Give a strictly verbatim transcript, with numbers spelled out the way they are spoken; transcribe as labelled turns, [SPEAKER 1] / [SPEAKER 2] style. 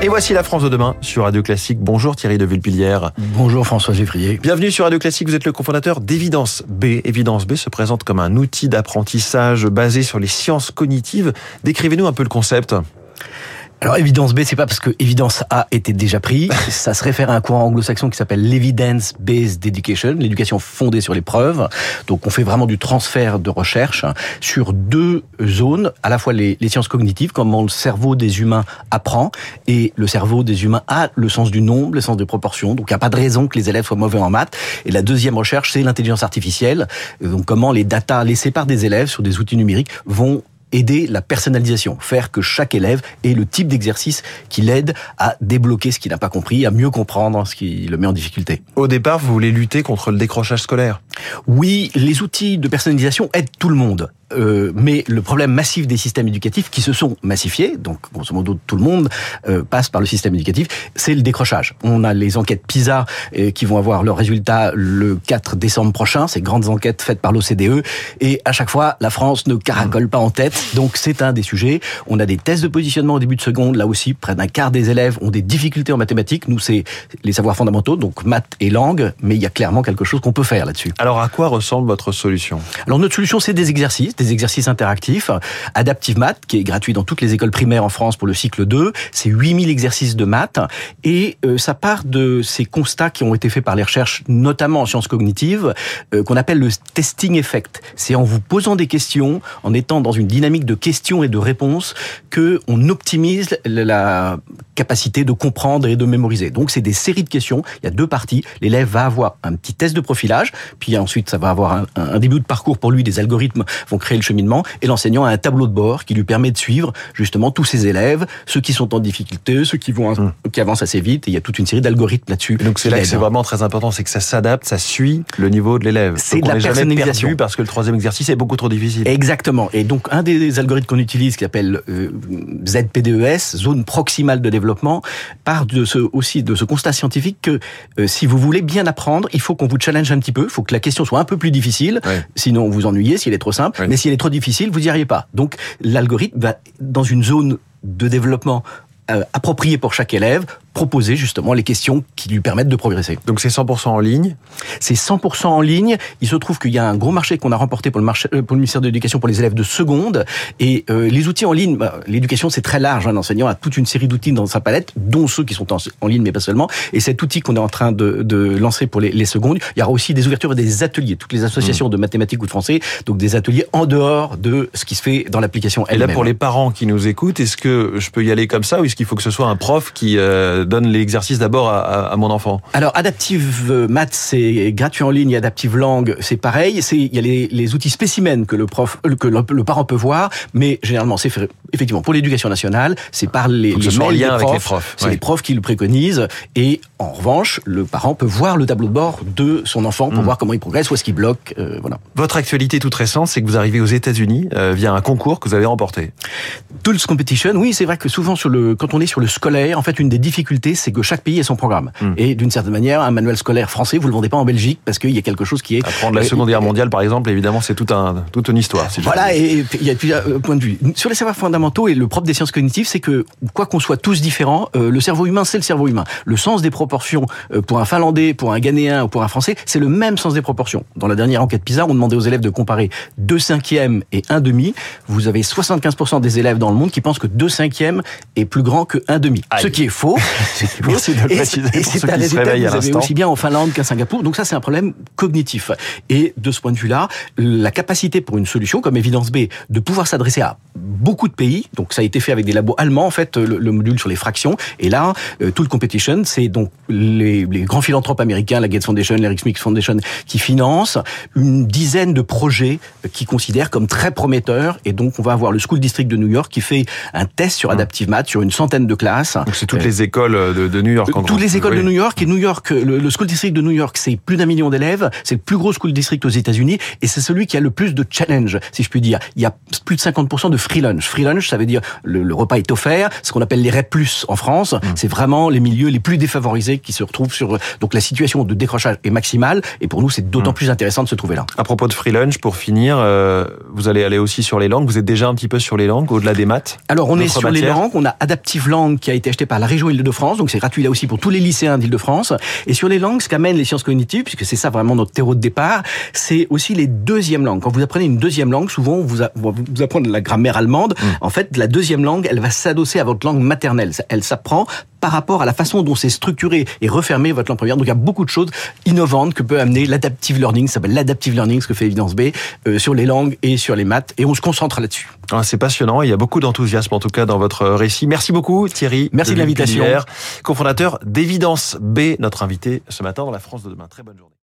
[SPEAKER 1] Et voici la France de demain sur Radio Classique. Bonjour Thierry de Villepillière.
[SPEAKER 2] Bonjour François Geffrier.
[SPEAKER 1] Bienvenue sur Radio Classique, vous êtes le cofondateur d'Evidence B. Evidence B se présente comme un outil d'apprentissage basé sur les sciences cognitives. Décrivez-nous un peu le concept.
[SPEAKER 2] Alors, Evidence B, c'est pas parce que Evidence A était déjà pris. Ça se réfère à un courant anglo-saxon qui s'appelle l'Evidence-Based Education, l'éducation fondée sur les preuves. Donc, on fait vraiment du transfert de recherche sur deux zones, à la fois les, les sciences cognitives, comment le cerveau des humains apprend, et le cerveau des humains a le sens du nombre, le sens des proportions. Donc, il n'y a pas de raison que les élèves soient mauvais en maths. Et la deuxième recherche, c'est l'intelligence artificielle. Donc, comment les data laissées par des élèves sur des outils numériques vont aider la personnalisation, faire que chaque élève ait le type d'exercice qui l'aide à débloquer ce qu'il n'a pas compris, à mieux comprendre ce qui le met en difficulté.
[SPEAKER 1] Au départ, vous voulez lutter contre le décrochage scolaire ?
[SPEAKER 2] Oui, les outils de personnalisation aident tout le monde. Euh, mais le problème massif des systèmes éducatifs qui se sont massifiés, donc grosso modo tout le monde euh, passe par le système éducatif, c'est le décrochage. On a les enquêtes PISA euh, qui vont avoir leurs résultats le quatre décembre prochain, ces grandes enquêtes faites par l'O C D E, et à chaque fois la France ne caracole pas en tête, donc c'est un des sujets. On a des tests de positionnement au début de seconde, là aussi près d'un quart des élèves ont des difficultés en mathématiques, nous c'est les savoirs fondamentaux, donc maths et langue, mais il y a clairement quelque chose qu'on peut faire là-dessus.
[SPEAKER 1] Alors à quoi ressemble votre solution ?
[SPEAKER 2] Alors notre solution c'est des exercices, des exercices interactifs. Adaptive Math, qui est gratuit dans toutes les écoles primaires en France pour le cycle deux, c'est huit mille exercices de maths, et euh, ça part de ces constats qui ont été faits par les recherches, notamment en sciences cognitives, euh, qu'on appelle le testing effect. C'est en vous posant des questions, en étant dans une dynamique de questions et de réponses, que on optimise la capacité de comprendre et de mémoriser. Donc c'est des séries de questions, il y a deux parties. L'élève va avoir un petit test de profilage, puis ensuite ça va avoir un, un début de parcours pour lui, des algorithmes vont créer le cheminement, et l'enseignant a un tableau de bord qui lui permet de suivre justement tous ses élèves, ceux qui sont en difficulté, ceux qui vont mmh. qui avancent assez vite, et il y a toute une série d'algorithmes là-dessus.
[SPEAKER 1] Et donc c'est là que c'est vraiment très important, c'est que ça s'adapte, ça suit le niveau de l'élève.
[SPEAKER 2] C'est
[SPEAKER 1] donc
[SPEAKER 2] de la
[SPEAKER 1] on n'est jamais
[SPEAKER 2] personnalisation.
[SPEAKER 1] perdu parce que le troisième exercice est beaucoup trop difficile.
[SPEAKER 2] Exactement. Et donc un des algorithmes qu'on utilise, qui s'appelle euh, Z P D E S, zone proximale de développement, part de ce aussi de ce constat scientifique que euh, si vous voulez bien apprendre, il faut qu'on vous challenge un petit peu, il faut que la question soit un peu plus difficile, ouais. Sinon vous ennuyez si elle est trop simple, ouais. Mais si elle est trop difficile, vous n'y arrivez pas. Donc l'algorithme va dans une zone de développement euh, appropriée pour chaque élève, proposer justement les questions qui lui permettent de progresser.
[SPEAKER 1] Donc c'est cent pour cent en ligne ?
[SPEAKER 2] C'est cent pour cent en ligne. Il se trouve qu'il y a un gros marché qu'on a remporté pour le, marché, pour le ministère de l'Éducation pour les élèves de seconde. Et euh, les outils en ligne, bah, l'éducation c'est très large. Un enseignant a toute une série d'outils dans sa palette, dont ceux qui sont en, en ligne, mais pas seulement. Et cet outil qu'on est en train de, de lancer pour les, les secondes, il y aura aussi des ouvertures et des ateliers. Toutes les associations mmh. de mathématiques ou de français, donc des ateliers en dehors de ce qui se fait dans l'application elle-même.
[SPEAKER 1] Et là, pour les parents qui nous écoutent, est-ce que je peux y aller comme ça, ou est-ce qu'il faut que ce soit un prof qui euh, donne l'exercice d'abord à, à, à mon enfant ?
[SPEAKER 2] Alors, Adaptive Math, c'est gratuit en ligne, Adaptive Langue, c'est pareil. C'est, il y a les, les outils spécimens que le prof, que le, le parent peut voir, mais généralement, c'est fait, effectivement, pour l'éducation nationale, c'est par les, les mails des profs, les profs. C'est ouais. les profs qui le préconisent, et en revanche, le parent peut voir le tableau de bord de son enfant pour mmh. voir comment il progresse, où est-ce qu'il bloque, euh, voilà.
[SPEAKER 1] Votre actualité toute récente, c'est que vous arrivez aux États-Unis euh, via un concours que vous avez remporté.
[SPEAKER 2] Tools Competition, oui, c'est vrai que souvent sur le, quand on est sur le scolaire, en fait, une des difficultés, c'est que chaque pays a son programme. Mmh. Et d'une certaine manière, un manuel scolaire français, vous le vendez pas en Belgique parce qu'il y a quelque chose qui est...
[SPEAKER 1] Apprendre la Seconde Guerre mondiale, par exemple, évidemment, c'est tout un, toute une histoire. Si
[SPEAKER 2] voilà, et il y a plusieurs points de vue. Sur les savoirs fondamentaux, et le propre des sciences cognitives, c'est que, quoi qu'on soit tous différents, euh, le cerveau humain, c'est le cerveau humain. Le sens des proportions, euh, pour un Finlandais, pour un Ghanéen ou pour un Français, c'est le même sens des proportions. Dans la dernière enquête PISA, on demandait aux élèves de comparer deux cinquièmes et un demi. Vous avez soixante-quinze pour cent des élèves dans le monde qui pensent que deux cinquièmes est plus grand que un demi. Aïe. Ce qui est faux.
[SPEAKER 1] Merci de le préciser.
[SPEAKER 2] Et c'est un résultat que vous avez aussi bien en Finlande qu'à Singapour. Donc ça, c'est un problème cognitif. Et de ce point de vue-là, la capacité pour une solution comme Evidence B de pouvoir s'adresser à beaucoup de pays, donc ça a été fait avec des labos allemands, en fait, le, le module sur les fractions. Et là, euh, Tool Competition, c'est donc les, les grands philanthropes américains, la Gates Foundation, l'Eric Schmidt Foundation, qui financent une dizaine de projets qui considèrent comme très prometteurs. Et donc, on va avoir le School District de New York qui fait un test sur Adaptive Math sur une centaine de classes.
[SPEAKER 1] Donc c'est toutes euh, les écoles de, de New York. En
[SPEAKER 2] toutes les écoles
[SPEAKER 1] oui.
[SPEAKER 2] de New York. Et New York, le, le School District de New York, c'est plus d'un million d'élèves. C'est le plus gros school district aux États-Unis. Et c'est celui qui a le plus de challenge, si je puis dire. Il y a plus de cinquante pour cent de free lunch. Free lunch, lunch, ça veut dire le, le repas est offert, ce qu'on appelle les R E P plus en France. Mmh. C'est vraiment les milieux les plus défavorisés qui se retrouvent sur... Donc la situation de décrochage est maximale et pour nous, c'est d'autant mmh. plus intéressant de se trouver là.
[SPEAKER 1] À propos de free lunch, pour finir, euh, vous allez aller aussi sur les langues. Vous êtes déjà un petit peu sur les langues, au-delà des maths?
[SPEAKER 2] Alors on est sur matière. les langues, on a Adaptive Langue qui a été acheté par la région Île-de-France, donc c'est gratuit là aussi pour tous les lycéens d'Île-de-France. Et sur les langues, ce qu'amènent les sciences cognitives, puisque c'est ça vraiment notre terreau de départ, c'est aussi les deuxièmes langues. Quand vous apprenez une deuxième langue, souvent vous, a, vous apprenez la grammaire allemande. Mmh. En fait, la deuxième langue, elle va s'adosser à votre langue maternelle. Elle s'apprend par rapport à la façon dont c'est structuré et refermé votre langue première. Donc il y a beaucoup de choses innovantes que peut amener l'adaptive learning, ça s'appelle l'adaptive learning, ce que fait Évidence B, euh, sur les langues et sur les maths, et on se concentre là-dessus.
[SPEAKER 1] Ah, c'est passionnant, il y a beaucoup d'enthousiasme en tout cas dans votre récit. Merci beaucoup Thierry.
[SPEAKER 2] Merci de, de l'invitation.
[SPEAKER 1] Cofondateur d'Évidence B, notre invité ce matin dans La France de demain. Très bonne journée.